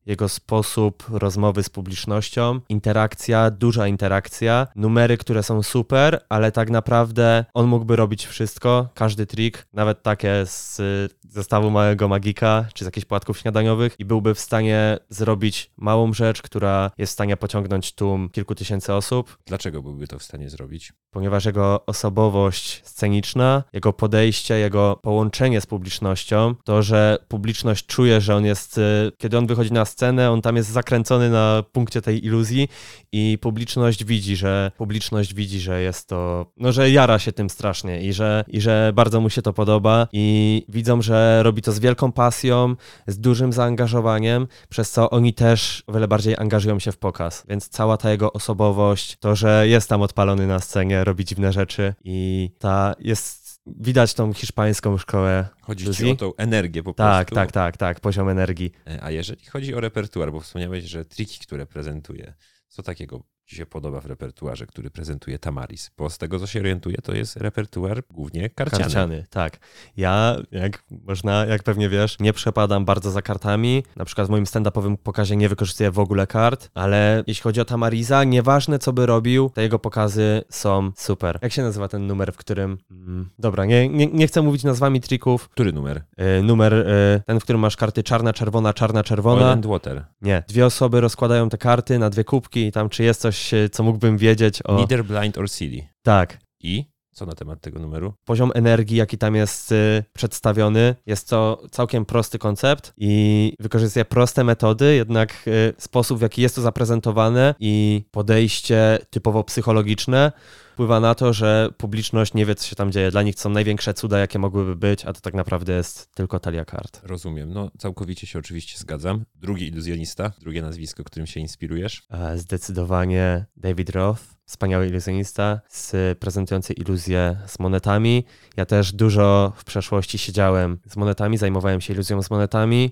Speaker 2: jego sposób rozmowy z publicznością, interakcja, duża interakcja, numery, które są super, ale tak naprawdę on mógłby robić wszystko, każdy trik, nawet takie z zestawu Małego Magika, czy z jakichś płatków śniadaniowych i byłby w stanie zrobić małą rzecz, która jest w stanie pociągnąć tłum kilku tysięcy osób.
Speaker 1: Dlaczego byłby to w stanie zrobić?
Speaker 2: Ponieważ jego osobowość sceniczna, jego podejście, jego połączenie z publicznością, to, że publiczność czuje, że on jest, kiedy on wychodzi na scenę, on tam jest zakręcony na punkcie tej iluzji i publiczność widzi, że publiczność widzi, że jest to, no, że jara się tym strasznie i że, i że bardzo mu się to podoba i widzą, że robi to z wielką pasją, z dużym zaangażowaniem, przez co oni też o wiele bardziej angażują się w pokaz, więc cała ta jego osobowość, to, że jest tam odpalony na scenie, robi dziwne rzeczy i ta jest widać tą hiszpańską szkołę.
Speaker 1: Chodzi ci o tą energię po
Speaker 2: tak,
Speaker 1: prostu.
Speaker 2: Tak, tak, tak, poziom energii.
Speaker 1: A jeżeli chodzi o repertuar, bo wspomniałeś, że triki, które prezentuje, co takiego ci się podoba w repertuarze, który prezentuje Tamaris? Bo z tego, co się orientuję, to jest repertuar głównie karciany.
Speaker 2: Karciany, tak. Ja, jak można, jak pewnie wiesz, nie przepadam bardzo za kartami. Na przykład w moim stand-upowym pokazie nie wykorzystuję w ogóle kart, ale jeśli chodzi o Tamarisa, nieważne co by robił, te jego pokazy są super. Jak się nazywa ten numer, w którym... Mm, dobra, nie, nie, nie chcę mówić nazwami trików.
Speaker 1: Który numer?
Speaker 2: Yy, numer, yy, ten, w którym masz karty czarna, czerwona, czarna, czerwona.
Speaker 1: Oil and Water.
Speaker 2: Nie. Dwie osoby rozkładają te karty na dwie kubki i tam czy jest coś, co mógłbym wiedzieć o...
Speaker 1: Neither blind or silly.
Speaker 2: Tak.
Speaker 1: I co na temat tego numeru?
Speaker 2: Poziom energii, jaki tam jest y, przedstawiony, jest to całkiem prosty koncept i wykorzystuje proste metody, jednak y, sposób, w jaki jest to zaprezentowane i podejście typowo psychologiczne wpływa na to, że publiczność nie wie, co się tam dzieje. Dla nich są największe cuda, jakie mogłyby być, a to tak naprawdę jest tylko talia kart.
Speaker 1: Rozumiem. No, całkowicie się oczywiście zgadzam. Drugi iluzjonista, drugie nazwisko, którym się inspirujesz?
Speaker 2: Zdecydowanie David Roth, wspaniały iluzjonista, z prezentujący iluzje z monetami. Ja też dużo w przeszłości siedziałem z monetami, zajmowałem się iluzją z monetami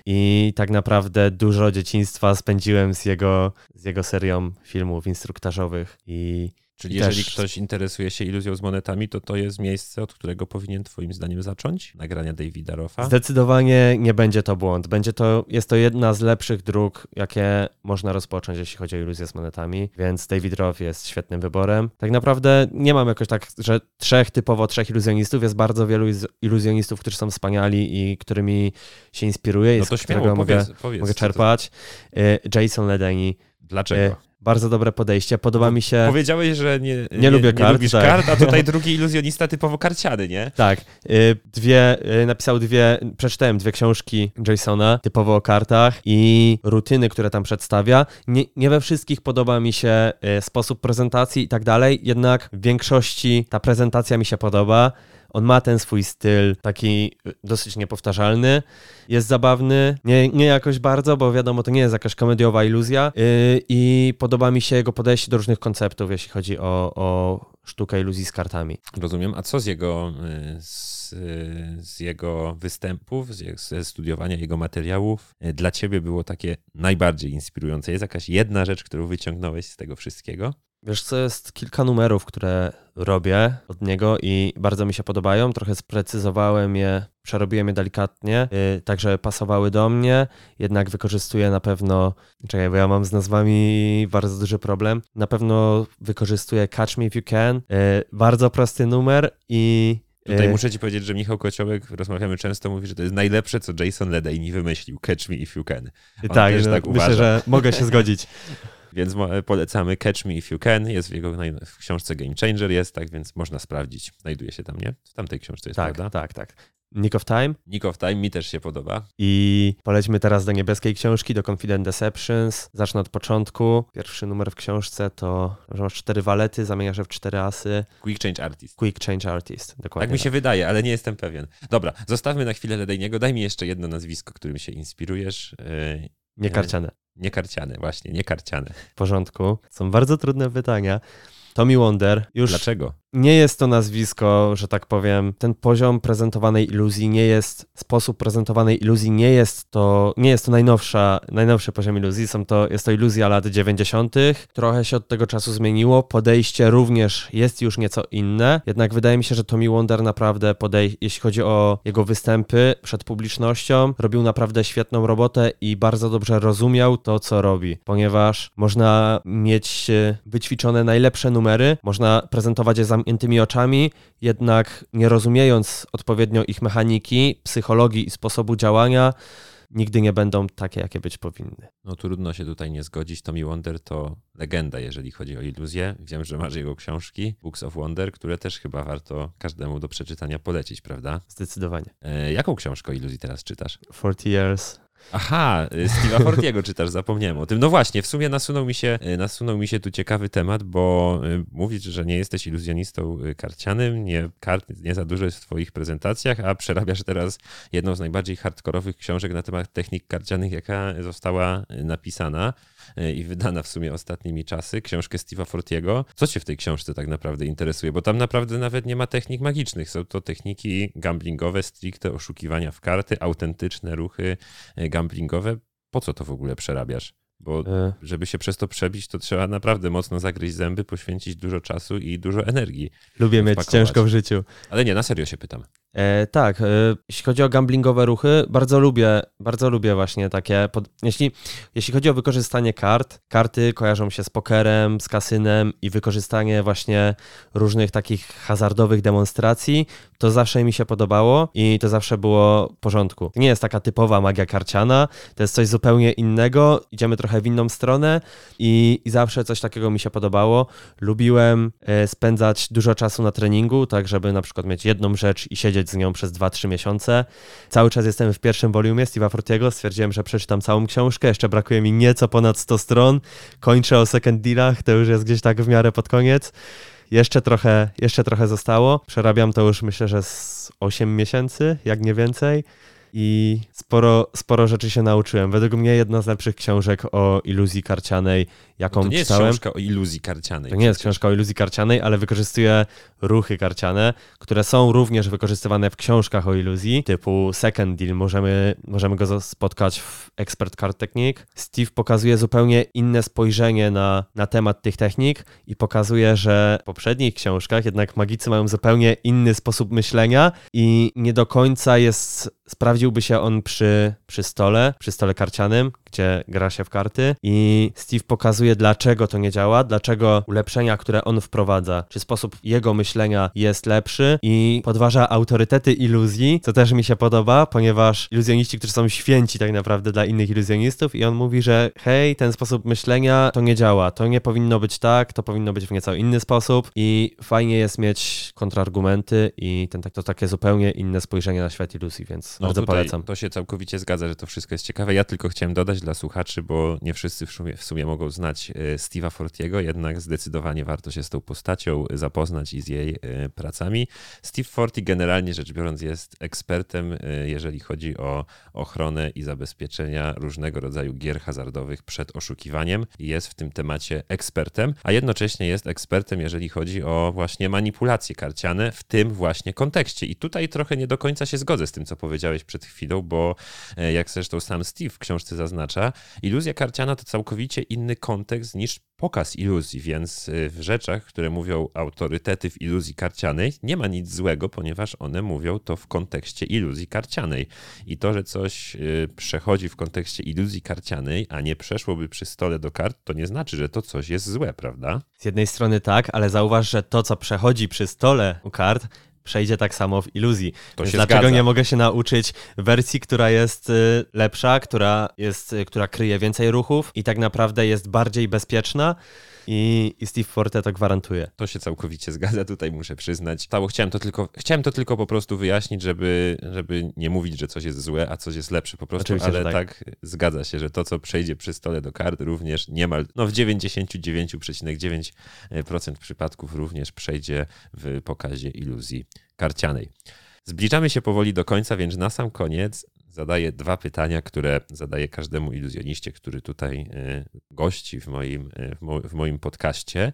Speaker 2: i tak naprawdę dużo dzieciństwa spędziłem z jego, z jego serią filmów instruktażowych i
Speaker 1: Czyli
Speaker 2: I
Speaker 1: jeżeli
Speaker 2: też...
Speaker 1: ktoś interesuje się iluzją z monetami, to to jest miejsce, od którego powinien twoim zdaniem zacząć? Nagrania Davida Rotha?
Speaker 2: Zdecydowanie nie będzie to błąd. Będzie to, jest to jedna z lepszych dróg, jakie można rozpocząć, jeśli chodzi o iluzję z monetami, więc David Roth jest świetnym wyborem. Tak naprawdę nie mam jakoś tak, że trzech, typowo trzech iluzjonistów, jest bardzo wielu iluzjonistów, którzy są wspaniali i którymi się inspiruję,
Speaker 1: no
Speaker 2: z
Speaker 1: to
Speaker 2: którego
Speaker 1: śmiało,
Speaker 2: mogę,
Speaker 1: powiedz, powiedz,
Speaker 2: mogę czerpać. To... Jason Ledeni.
Speaker 1: Dlaczego?
Speaker 2: Bardzo dobre podejście, podoba mi się...
Speaker 1: Powiedziałeś, że nie, nie,
Speaker 2: nie, lubię
Speaker 1: nie
Speaker 2: kart,
Speaker 1: lubisz
Speaker 2: tak.
Speaker 1: kart, a tutaj drugi iluzjonista typowo karciany, nie?
Speaker 2: Tak. Dwie, napisał dwie, przeczytałem dwie książki Jasona, typowo o kartach i rutyny, które tam przedstawia. Nie, nie we wszystkich podoba mi się sposób prezentacji i tak dalej, jednak w większości ta prezentacja mi się podoba. On ma ten swój styl, taki dosyć niepowtarzalny, jest zabawny, nie, nie jakoś bardzo, bo wiadomo, to nie jest jakaś komediowa iluzja yy, i podoba mi się jego podejście do różnych konceptów, jeśli chodzi o, o sztukę iluzji z kartami.
Speaker 1: Rozumiem, a co z jego, z, z jego występów, z, ze studiowania jego materiałów dla ciebie było takie najbardziej inspirujące? Jest jakaś jedna rzecz, którą wyciągnąłeś z tego wszystkiego?
Speaker 2: Wiesz co, jest kilka numerów, które robię od niego i bardzo mi się podobają. Trochę sprecyzowałem je, przerobiłem je delikatnie, yy, tak żeby pasowały do mnie, jednak wykorzystuję na pewno, czekaj, bo ja mam z nazwami bardzo duży problem, na pewno wykorzystuję Catch Me If You Can, yy, bardzo prosty numer i...
Speaker 1: Tutaj muszę ci powiedzieć, że Michał Kociołek, rozmawiamy często, mówi, że to jest najlepsze, co Jason Ledeni wymyślił, Catch Me If You Can. On
Speaker 2: tak,
Speaker 1: też
Speaker 2: no,
Speaker 1: tak
Speaker 2: myślę,
Speaker 1: uważa.
Speaker 2: że mogę się zgodzić.
Speaker 1: Więc polecamy Catch Me If You Can, jest w jego w książce Game Changer, jest, tak więc można sprawdzić. Znajduje się tam, nie? W tamtej książce jest,
Speaker 2: tak,
Speaker 1: prawda?
Speaker 2: Tak, tak, tak. Nick of Time.
Speaker 1: Nick of Time mi też się podoba.
Speaker 2: I polećmy teraz do niebieskiej książki, do Confident Deceptions. Zacznę od początku. Pierwszy numer w książce to, że masz cztery walety, zamieniasz je w cztery asy.
Speaker 1: Quick Change Artist.
Speaker 2: Quick Change Artist, dokładnie.
Speaker 1: Tak mi się wydaje, ale nie jestem pewien. Dobra, zostawmy na chwilę Ledeniego. Daj mi jeszcze jedno nazwisko, którym się inspirujesz. Yy,
Speaker 2: Niekarciane.
Speaker 1: Niekarciane, właśnie, niekarciane.
Speaker 2: W porządku. Są bardzo trudne pytania. Tommy Wonder. Już...
Speaker 1: Dlaczego?
Speaker 2: nie jest to nazwisko, że tak powiem, ten poziom prezentowanej iluzji nie jest, sposób prezentowanej iluzji nie jest to, nie jest to najnowsza, najnowszy poziom iluzji, są to, jest to iluzja lat dziewięćdziesiątych. Trochę się od tego czasu zmieniło, podejście również jest już nieco inne, jednak wydaje mi się, że Tommy Wonder naprawdę podej- jeśli chodzi o jego występy przed publicznością, robił naprawdę świetną robotę i bardzo dobrze rozumiał to, co robi, ponieważ można mieć wyćwiczone najlepsze numery, można prezentować je zamkniętymi oczami, jednak nie rozumiejąc odpowiednio ich mechaniki, psychologii i sposobu działania, nigdy nie będą takie, jakie być powinny.
Speaker 1: No trudno się tutaj nie zgodzić. Tommy Wonder to legenda, jeżeli chodzi o iluzję. Wiem, że masz jego książki, Books of Wonder, które też chyba warto każdemu do przeczytania polecić, prawda?
Speaker 2: Zdecydowanie.
Speaker 1: E, jaką książkę o iluzji teraz czytasz?
Speaker 2: forty years.
Speaker 1: Aha, Steve'a Fortiego czytasz, zapomniałem o tym. No właśnie, w sumie nasunął mi się, nasunął mi się tu ciekawy temat, bo mówisz, że nie jesteś iluzjonistą karcianym, nie, kart nie za dużo jest w twoich prezentacjach, a przerabiasz teraz jedną z najbardziej hardkorowych książek na temat technik karcianych, jaka została napisana i wydana w sumie ostatnimi czasy, książkę Steve'a Fortiego. Co cię w tej książce tak naprawdę interesuje? Bo tam naprawdę nawet nie ma technik magicznych. Są to techniki gamblingowe, stricte oszukiwania w karty, autentyczne ruchy gamblingowe. Po co to w ogóle przerabiasz? Bo żeby się przez to przebić, to trzeba naprawdę mocno zagryźć zęby, poświęcić dużo czasu i dużo energii.
Speaker 2: Lubię mieć ciężko w życiu.
Speaker 1: Ale nie, na serio się pytam.
Speaker 2: E, tak, e, jeśli chodzi o gamblingowe ruchy, bardzo lubię, bardzo lubię właśnie takie, pod... jeśli, jeśli chodzi o wykorzystanie kart, karty kojarzą się z pokerem, z kasynem i wykorzystanie właśnie różnych takich hazardowych demonstracji, to zawsze mi się podobało i to zawsze było w porządku. To nie jest taka typowa magia karciana, to jest coś zupełnie innego, idziemy trochę w inną stronę i, i zawsze coś takiego mi się podobało. Lubiłem e, spędzać dużo czasu na treningu, tak żeby na przykład mieć jedną rzecz i siedzieć z nią przez dwa trzy miesiące. Cały czas jestem w pierwszym volumie Steve'a Fortiego, stwierdziłem, że przeczytam całą książkę, jeszcze brakuje mi nieco ponad sto stron, kończę o second dealach, to już jest gdzieś tak w miarę pod koniec. Jeszcze trochę, jeszcze trochę zostało, przerabiam to już myślę, że z osiem miesięcy, jak nie więcej. I sporo, sporo rzeczy się nauczyłem. Według mnie jedna z lepszych książek o iluzji karcianej, jaką
Speaker 1: to nie
Speaker 2: czytałem.
Speaker 1: jest książka o iluzji karcianej.
Speaker 2: To nie jest książka o iluzji karcianej, ale wykorzystuje ruchy karciane, które są również wykorzystywane w książkach o iluzji, typu Second Deal. Możemy, możemy go spotkać w Expert Card Technique. Steve pokazuje zupełnie inne spojrzenie na, na temat tych technik i pokazuje, że w poprzednich książkach jednak magicy mają zupełnie inny sposób myślenia i nie do końca jest, sprawdziłby się on przy, przy stole, przy stole karcianym, gdzie gra się w karty i Steve pokazuje, dlaczego to nie działa, dlaczego ulepszenia, które on wprowadza, czy sposób jego myślenia jest lepszy i podważa autorytety iluzji, co też mi się podoba, ponieważ iluzjoniści, którzy są święci tak naprawdę dla innych iluzjonistów i on mówi, że hej, ten sposób myślenia to nie działa, to nie powinno być tak, to powinno być w nieco inny sposób i fajnie jest mieć kontrargumenty i ten, to takie zupełnie inne spojrzenie na świat iluzji, więc no bardzo tutaj polecam.
Speaker 1: To się całkowicie zgadza, że to wszystko jest ciekawe. Ja tylko chciałem dodać dla słuchaczy, bo nie wszyscy w sumie, w sumie mogą znać Steve'a Fortiego, jednak zdecydowanie warto się z tą postacią zapoznać i z jej pracami. Steve Forti generalnie rzecz biorąc jest ekspertem, jeżeli chodzi o ochronę i zabezpieczenia różnego rodzaju gier hazardowych przed oszukiwaniem. Jest w tym temacie ekspertem, a jednocześnie jest ekspertem, jeżeli chodzi o właśnie manipulacje karciane w tym właśnie kontekście. I tutaj trochę nie do końca się zgodzę z tym, co powiedziałeś przed chwilą, bo jak zresztą sam Steve w książce zaznacza, iluzja karciana to całkowicie inny kontekst niż pokaz iluzji, więc w rzeczach, które mówią autorytety w iluzji karcianej, nie ma nic złego, ponieważ one mówią to w kontekście iluzji karcianej. I to, że coś przechodzi w kontekście iluzji karcianej, a nie przeszłoby przy stole do kart, to nie znaczy, że to coś jest złe, prawda?
Speaker 2: Z jednej strony tak, ale zauważ, że to, co przechodzi przy stole u kart, przejdzie tak samo w iluzji.
Speaker 1: To
Speaker 2: Więc
Speaker 1: się
Speaker 2: dlaczego
Speaker 1: zgadza.
Speaker 2: nie mogę się nauczyć wersji, która jest y, lepsza, która, jest, która kryje więcej ruchów i tak naprawdę jest bardziej bezpieczna? I, I Steve Forte to gwarantuje.
Speaker 1: To się całkowicie zgadza, tutaj muszę przyznać. Stało, chciałem to tylko, chciałem to tylko po prostu wyjaśnić, żeby, żeby nie mówić, że coś jest złe, a coś jest lepsze po prostu,
Speaker 2: Oczywiście,
Speaker 1: ale
Speaker 2: że tak.
Speaker 1: tak zgadza się, że to, co przejdzie przy stole do kart również niemal, no w dziewięćdziesiąt dziewięć przecinek dziewięć procent przypadków również przejdzie w pokazie iluzji karcianej. Zbliżamy się powoli do końca, więc na sam koniec zadaję dwa pytania, które zadaję każdemu iluzjoniście, który tutaj gości w moim, w moim podcaście.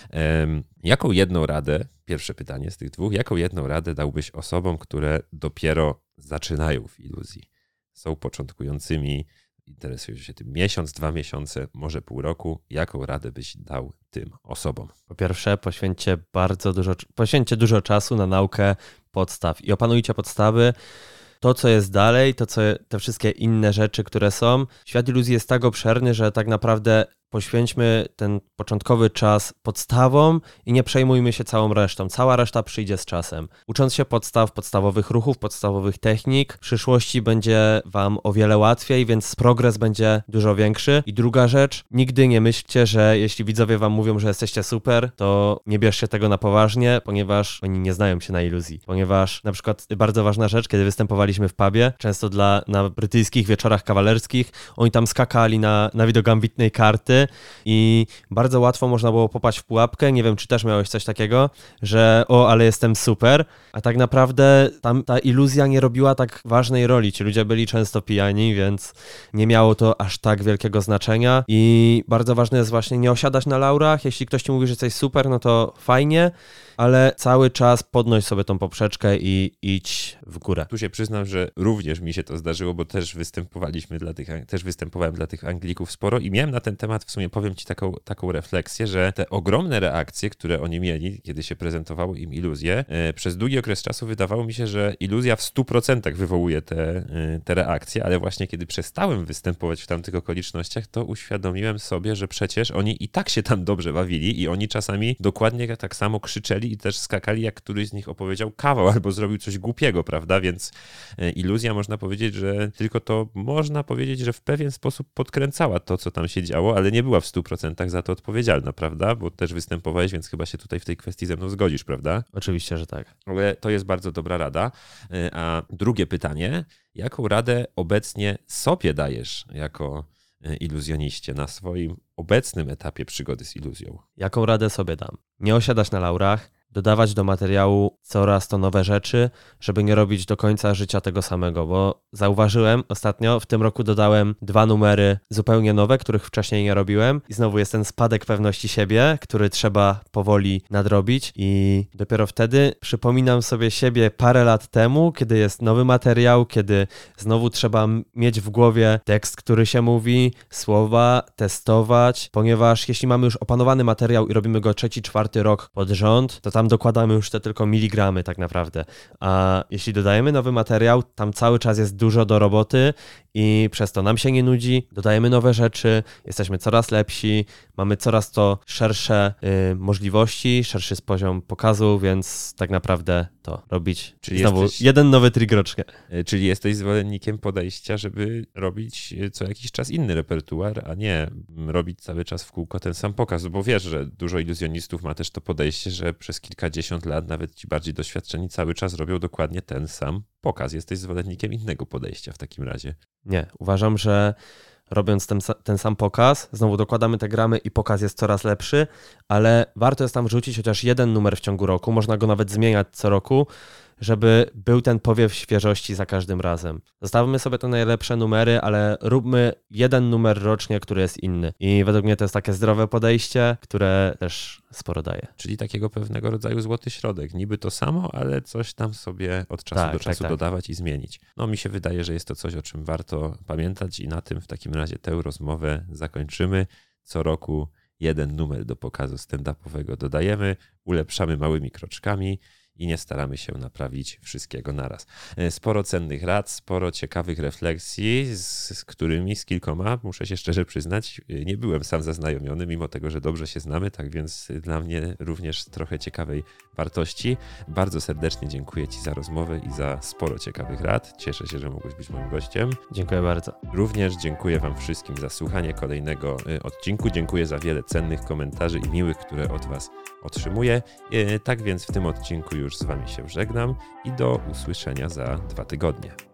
Speaker 1: Jaką jedną radę, pierwsze pytanie z tych dwóch, jaką jedną radę dałbyś osobom, które dopiero zaczynają w iluzji? Są początkującymi, interesują się tym miesiąc, dwa miesiące, może pół roku. Jaką radę byś dał tym osobom?
Speaker 2: Po pierwsze, poświęćcie bardzo dużo, poświęćcie dużo czasu na naukę podstaw i opanujcie podstawy. To, co jest dalej, to co, te wszystkie inne rzeczy, które są. Świat iluzji jest tak obszerny, że tak naprawdę poświęćmy ten początkowy czas podstawom i nie przejmujmy się całą resztą. Cała reszta przyjdzie z czasem. Ucząc się podstaw, podstawowych ruchów, podstawowych technik, w przyszłości będzie wam o wiele łatwiej, więc progres będzie dużo większy. I druga rzecz, nigdy nie myślcie, że jeśli widzowie wam mówią, że jesteście super, to nie bierzcie tego na poważnie, ponieważ oni nie znają się na iluzji. Ponieważ na przykład bardzo ważna rzecz, kiedy występowaliśmy w pubie, często dla, na brytyjskich wieczorach kawalerskich, oni tam skakali na, na widok ambitnej karty, i bardzo łatwo można było popaść w pułapkę, nie wiem, czy też miałeś coś takiego, że o, ale jestem super, a tak naprawdę tam ta iluzja nie robiła tak ważnej roli. Ci ludzie byli często pijani, więc nie miało to aż tak wielkiego znaczenia i bardzo ważne jest właśnie nie osiadać na laurach. Jeśli ktoś ci mówi, że jesteś super, no to fajnie, ale cały czas podnoś sobie tą poprzeczkę i idź w górę.
Speaker 1: Tu się przyznam, że również mi się to zdarzyło, bo też występowaliśmy dla tych, też występowałem dla tych Anglików sporo i miałem na ten temat w sumie, powiem ci, taką, taką refleksję, że te ogromne reakcje, które oni mieli, kiedy się prezentowało im iluzję, e, przez długi okres czasu wydawało mi się, że iluzja w stu procentach wywołuje te, e, te reakcje, ale właśnie kiedy przestałem występować w tamtych okolicznościach, to uświadomiłem sobie, że przecież oni i tak się tam dobrze bawili i oni czasami dokładnie tak samo krzyczeli i też skakali, jak któryś z nich opowiedział kawał albo zrobił coś głupiego, prawda? Więc iluzja, można powiedzieć, że tylko to można powiedzieć, że w pewien sposób podkręcała to, co tam się działo, ale nie była w stu procentach za to odpowiedzialna, prawda? Bo też występowałeś, więc chyba się tutaj w tej kwestii ze mną zgodzisz, prawda?
Speaker 2: Oczywiście, że tak.
Speaker 1: Ale to jest bardzo dobra rada. A drugie pytanie, jaką radę obecnie sobie dajesz jako iluzjoniście na swoim obecnym etapie przygody z iluzją?
Speaker 2: Jaką radę sobie dam? Nie osiadać na laurach, dodawać do materiału coraz to nowe rzeczy, żeby nie robić do końca życia tego samego, bo zauważyłem ostatnio, w tym roku dodałem dwa numery zupełnie nowe, których wcześniej nie robiłem i znowu jest ten spadek pewności siebie, który trzeba powoli nadrobić i dopiero wtedy przypominam sobie siebie parę lat temu, kiedy jest nowy materiał, kiedy znowu trzeba mieć w głowie tekst, który się mówi, słowa, testować, ponieważ jeśli mamy już opanowany materiał i robimy go trzeci, czwarty rok pod rząd, to tam dokładamy już te tylko miligramy tak naprawdę, a jeśli dodajemy nowy materiał, tam cały czas jest dużo do roboty i przez to nam się nie nudzi, dodajemy nowe rzeczy, jesteśmy coraz lepsi, mamy coraz to szersze y, możliwości, szerszy poziom pokazu, więc tak naprawdę to robić. Czyli znowu jesteś, jeden nowy trik rocznie.
Speaker 1: Czyli jesteś zwolennikiem podejścia, żeby robić co jakiś czas inny repertuar, a nie robić cały czas w kółko ten sam pokaz, bo wiesz, że dużo iluzjonistów ma też to podejście, że przez kilkadziesiąt lat, nawet ci bardziej doświadczeni, cały czas robią dokładnie ten sam pokaz. Jesteś zwolennikiem innego podejścia w takim razie.
Speaker 2: Nie, uważam, że robiąc ten, ten sam pokaz, znowu dokładamy te gramy i pokaz jest coraz lepszy, ale warto jest tam wrzucić chociaż jeden numer w ciągu roku, można go nawet zmieniać co roku, żeby był ten powiew świeżości za każdym razem. Zostawmy sobie te najlepsze numery, ale róbmy jeden numer rocznie, który jest inny. I według mnie to jest takie zdrowe podejście, które też sporo daje.
Speaker 1: Czyli takiego pewnego rodzaju złoty środek. Niby to samo, ale coś tam sobie od czasu
Speaker 2: tak,
Speaker 1: do czasu
Speaker 2: tak, tak.
Speaker 1: dodawać i zmienić. No mi się wydaje, że jest to coś, o czym warto pamiętać i na tym w takim razie tę rozmowę zakończymy. Co roku jeden numer do pokazu stand-upowego dodajemy, ulepszamy małymi kroczkami i nie staramy się naprawić wszystkiego naraz. Sporo cennych rad, sporo ciekawych refleksji, z, z którymi, z kilkoma, muszę się szczerze przyznać, nie byłem sam zaznajomiony, mimo tego, że dobrze się znamy, tak więc dla mnie również trochę ciekawej wartości. Bardzo serdecznie dziękuję Ci za rozmowę i za sporo ciekawych rad. Cieszę się, że mogłeś być moim gościem.
Speaker 2: Dziękuję bardzo.
Speaker 1: Również dziękuję Wam wszystkim za słuchanie kolejnego odcinku. Dziękuję za wiele cennych komentarzy i miłych, które od Was otrzymuję. Tak więc w tym odcinku już z Wami się żegnam i do usłyszenia za dwa tygodnie.